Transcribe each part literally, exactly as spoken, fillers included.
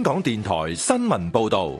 港電台新聞報道。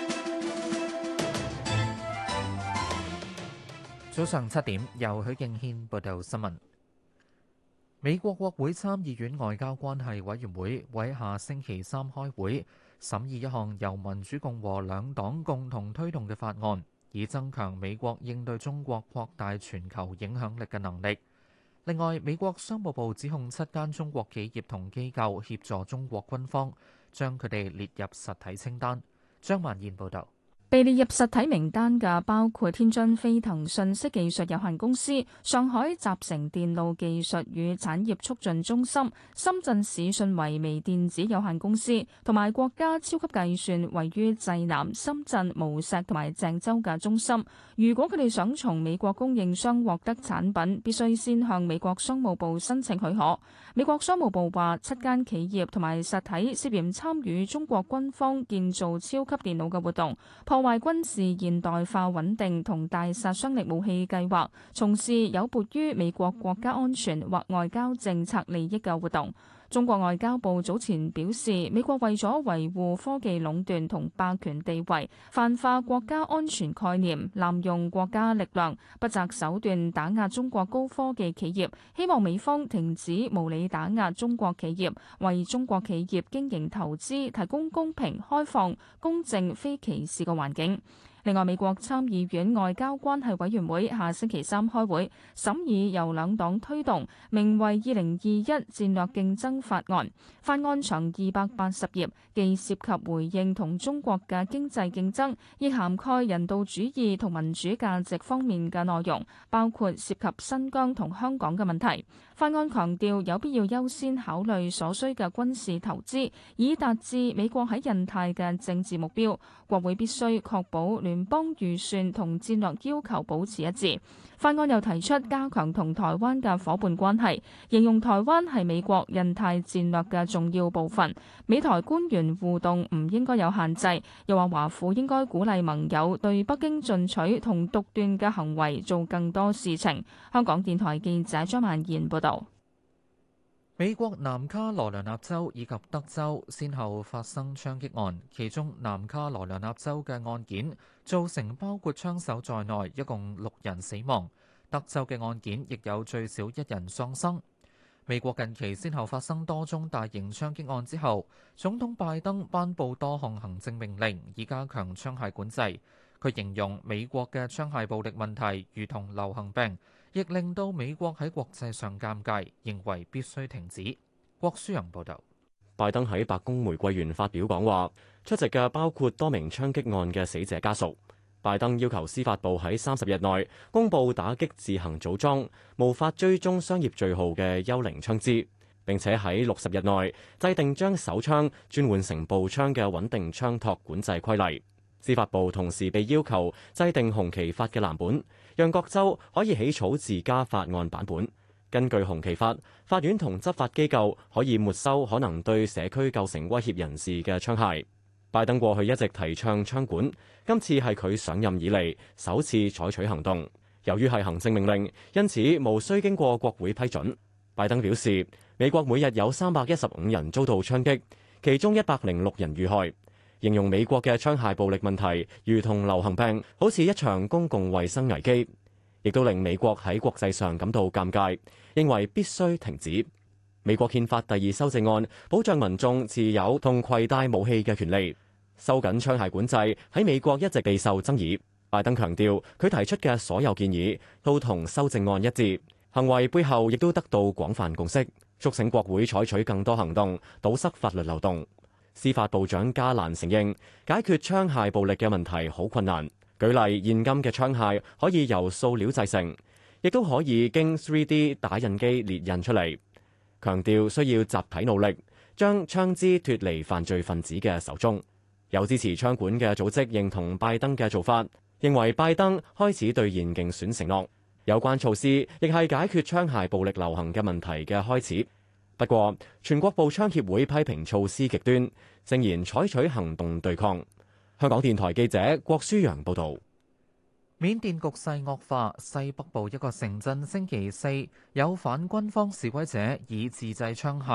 早上七點，由許敬軒報道新聞。美國國會參議院外交關係委員會會喺下星期三開會，審議一項由民主共和兩黨共同推動嘅法案，以增強美國應對中國擴大全球影響力嘅能力。另外，美國商務部指控七間中國企業同機構協助中國軍方，將佢哋列入實體清單。張曼燕報導。 被列入實體名單嘅包括天津飛騰信息技術有限公司、上海集成電路技術與產業促進中心、深圳市信維微電子有限公司同埋國家超級計算位於濟南、深圳、無錫同埋鄭州嘅中心。如果佢哋想從美國供應商獲得產品，必須先向美國商務部申請許可。美國商務部話，七間企業同埋實體涉嫌參與中國軍方建造超級電腦嘅活動，破壞軍事現代化穩定同大殺傷力武器計劃，從事有悖於美國國家安全或外交政策利益嘅活動。中國外交部早前表示，美國為咗維護科技壟斷同霸權地位，泛化國家安全概念，濫用國家力量，不擇手段打壓中國高科技企業，希望美方停止無理打壓中國企業，為中國企業經營投資提供公平、開放、公正、非歧視嘅環境。另外，美國參議院外交關係委員會下星期三開會，審議由兩黨推動，名為《二零二一戰略競爭法案》。法案長二百八十頁，既涉及回應同中國嘅經濟競爭，亦涵蓋人道主義同民主價值方面嘅內容，包括涉及新疆同香港嘅問題。法案強調有必要優先考慮所需嘅軍事投資，以達至美國喺印太嘅政治目標。國會必須確保聯邦預算同戰略要求保持一致。法案又提出加強同台灣嘅夥伴關係，形容台灣係美國印太戰略嘅重要部分。美台官員互動唔應該有限制，又話華府應該鼓勵盟友對北京進取同獨斷嘅行為做更多事情。香港電台記者張曼燕報道。 美國南卡羅來納州以及德州先後發生槍擊案，其中南卡羅來納州嘅案件造成包括槍手在內一共六人死亡，德州嘅案件亦有最少一人喪生。美國近期先後發生多宗大型槍擊案之後，總統拜登頒布多項行政命令，以加強槍械管制。佢形容美國嘅槍械暴力問題如同流行病，亦令到美國喺國際上尷尬，認為必須停止。郭舒陽報導。 拜登喺白宮玫瑰園發表講話，出席嘅包括多名槍擊案嘅死者家屬。拜登要求司法部喺三十日內公佈打擊自行組裝、無法追蹤商業序號嘅幽靈槍支，並且喺六十日內制定將手槍轉換成步槍嘅穩定槍托管制規例。司法部同時被要求制定紅旗法嘅藍本，讓各州可以起草自家法案版本。根據紅旗法，法院同執法機構可以沒收可能對社區構成威脅人士嘅槍械。拜登過去一直提倡槍管，今次係佢上任以嚟首次採取行動。由於係行政命令，因此無需經過國會批准。拜登表示，美國每日有三百一十五人遭到槍擊，其中一百零六人遇害。形容美國嘅槍械暴力問題如同流行病，好似一場公共衛生危機，亦都令美國喺國際上感到尷尬，認為必須停止。美國憲法第二修正案保障民眾持有同攜帶武器嘅權利，收緊槍械管制喺美國一直備受爭議。拜登強調，佢提出嘅所有建議都同修正案一致，行為背後亦都得到廣泛共識，促請國會採取更多行動，堵塞法律漏洞。司法部長加蘭承認，解決槍械暴力嘅問題好困難。舉例，現今嘅槍械可以由塑料製成，亦都可以經 三 D 打印機列印出嚟。強調需要集體努力，將槍支脫離犯罪分子嘅手中。有支持槍管嘅組織認同拜登嘅做法，認為拜登開始兌現競選承諾。有關措施亦係解決槍械暴力流行嘅問題嘅開始。不過，全國步槍協會批評措施極端，聲言採取行動對抗。香港電台記者郭舒陽報導。 緬甸局勢惡化，西北部一個城鎮星期四有反軍方示威者以自製槍械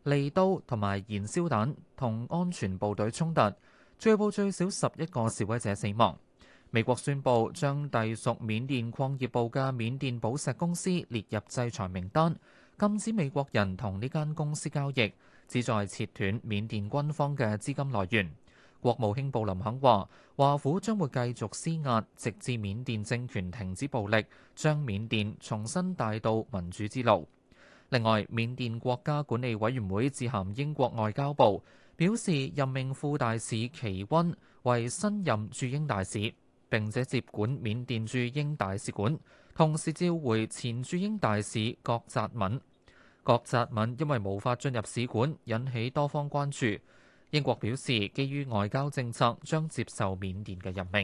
利刀同埋燃燒彈同安全部隊衝突，據報最少十一個示威者死亡。美國宣布將隸屬緬甸礦業部嘅緬甸寶石公司列入制裁名單，禁止美國人同呢間公司交易，旨在切斷緬甸軍方嘅資金來源。國務卿布林肯話，華府將會繼續施壓，直至緬甸政權停止暴力，將緬甸重新帶到民主之路。另外，緬甸國家管理委員會致函英國外交部，表示任命副大使奇溫為新任駐英大使，並且接管緬甸駐英大使館，同時召回前駐英大使郭澤敏。郭澤敏因為無法進入使館，引起多方關注。英國表示，基於外交政策，將接受緬甸嘅任命。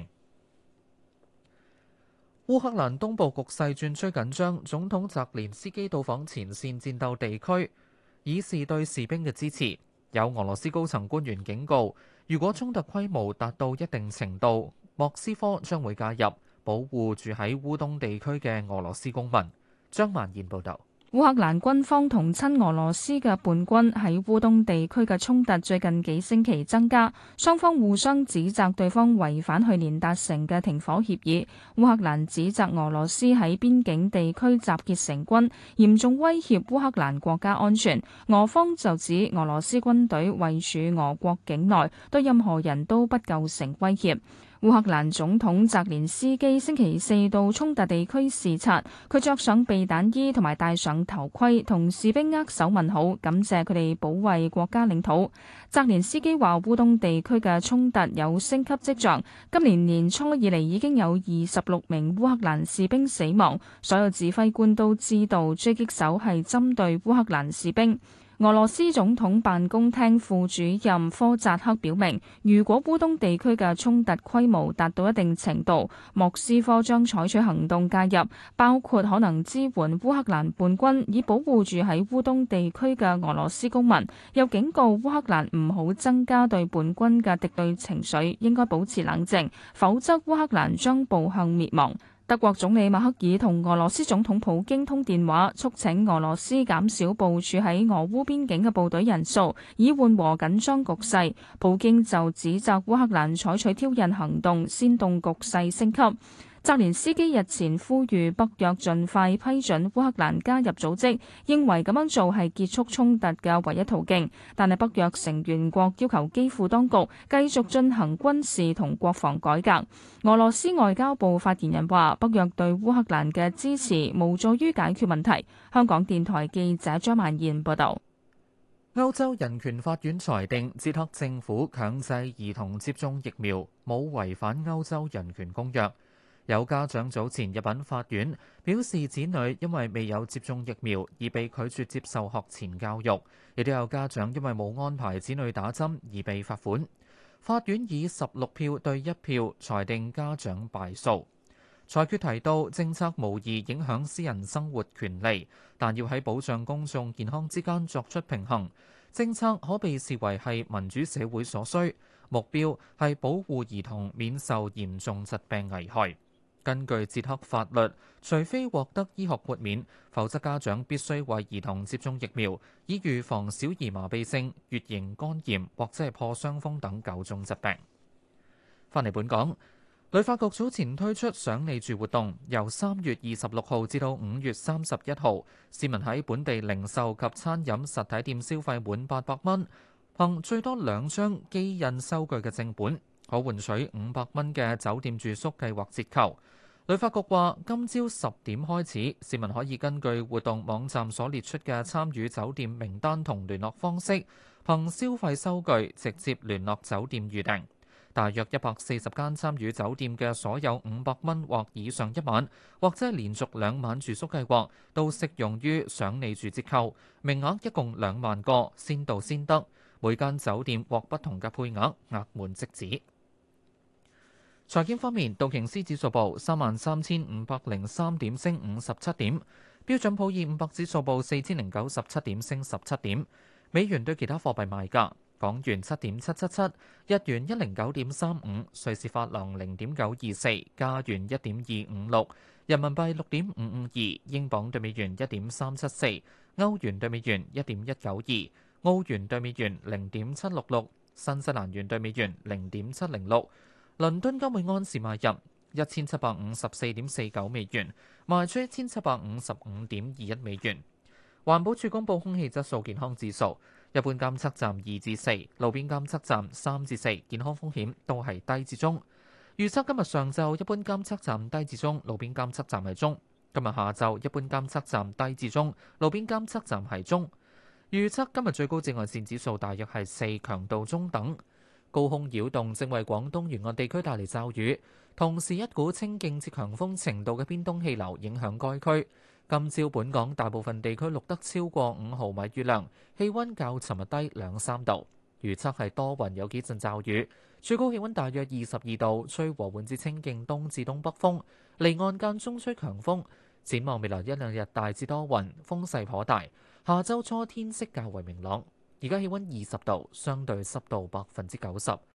烏克蘭東部局勢轉趨緊張，總統澤連斯基到訪前線戰鬥地區，以示對士兵嘅支持。有俄羅斯高層官員警告，如果衝突規模達到一定程度，莫斯科將會介入，保護住喺烏東地區嘅俄羅斯公民。張曼燕報導。 烏克蘭軍方同親俄羅斯嘅叛軍喺烏東地區嘅衝突最近幾星期增加，雙方互相指責對方違反去年達成嘅停火協議。烏克蘭指責俄羅斯喺邊境地區集結成軍，嚴重威脅烏克蘭國家安全。俄方就指俄羅斯軍隊位處俄國境內，對任何人都不構成威脅。烏克蘭總統澤連斯基星期四到衝突地區視察，佢着上避彈衣同埋戴上頭盔，同士兵握手問好，感謝佢哋保衛國家領土。澤連斯基話烏東地區嘅衝突有升級跡象，今年年初以嚟已經有二十六名烏克蘭士兵死亡，所有指揮官都知道狙擊手係針對烏克蘭士兵。俄羅斯總統辦公廳副主任科扎克表明，如果烏東地區嘅衝突規模達到一定程度，莫斯科將採取行動介入，包括可能支援烏克蘭叛軍，以保護住喺烏東地區嘅俄羅斯公民。又警告烏克蘭唔好增加對叛軍嘅敵對情緒，應該保持冷靜，否則烏克蘭將步向滅亡。德國總理默克爾同俄羅斯總統普京通電話，促請俄羅斯減少部署喺俄烏邊境嘅部隊人數，以緩和緊張局勢。普京就指責烏克蘭採取挑釁行動，煽動局勢升級。澤連斯基日前呼籲北約盡快批准烏克蘭加入組織，認為咁樣做係結束衝突嘅唯一途徑。但係北約成員國要求基輔當局繼續進行軍事同國防改革。俄羅斯外交部發言人話，北約對烏克蘭嘅支持無助於解決問題。香港電台記者張曼燕報道。 歐洲人權法院裁定，捷克政府強制兒童接種疫苗，冇違反歐洲人權公約。有家長早前入稟法院，表示子女因為未有接種疫苗而被拒絕接受學前教育，亦都有家長因為冇安排子女打針而被罰款。法院以十六票對一票裁定家長敗訴。裁決提到，政策無疑影響私人生活權利，但要喺保障公眾健康之間作出平衡。政策可被視為係民主社會所需，目標係保護兒童免受嚴重疾病危害。根據捷克法律，除非獲得醫學豁免，否則家長必須為兒童接種疫苗，以預防小兒麻痹症、乙型肝炎或者係破傷風等九種疾病。翻嚟本港，旅發局早前推出賞你住活動，由三月二十六號至到五月三十一號，市民喺本地零售及餐飲實體店消費滿八百蚊，憑最多兩張機印收據嘅正本，可換取五百蚊嘅酒店住宿計劃折扣。旅發局話，今朝十點開始，市民可以根據活動網站所列出嘅參與酒店名單同聯絡方式，憑消費收據直接聯絡酒店預訂。大約一百四十間參與酒店嘅所有五百蚊或以上一晚，或者係連續兩晚住宿計劃，都適用於賞你住折扣，名額一共兩萬個，先到先得。每間酒店獲不同嘅配額，額滿即止。財經方面，道瓊斯指數報三萬三千五百零三點，升五十七點；標準普爾五百指數報四千零九十七點，升十七點。美元對其他貨幣賣價：港元七點七七七，日元一零九點三五，瑞士法郎零點九二四，加元一點二五六，人民幣六點五五二，英鎊對美元一點三七四，歐元對美元一點一九二。 澳元對美元零點七六六，新西蘭元對美元零點七零六。倫敦金每安士買入一千七百五十四點四九美元，賣出一千七百五十五點二一美元。環保署公布空氣質素健康指數，一般監測站二至四，路邊監測站三至四，健康風險都係低至中。預測今日上晝一般監測站低至中，路邊監測站係中。今日下晝一般監測站低至中，路邊監測站係中。預測今日最高紫外線指數大約係四，強度中等。高空擾動正為廣東沿岸地區帶嚟驟雨，同時一股清勁至強風程度嘅偏東氣流影響該區。今朝本港大部分地區錄得超過五毫米雨量，氣温較尋日低兩三度。預測係多雲有幾陣驟雨，最高氣温大約二十二度，吹和緩至清勁東至東北風，離岸間中吹強風。展望未來一兩日大致多雲，風勢頗大。下週初天色較為明朗。而家氣温二十度，相對濕度百分之九十。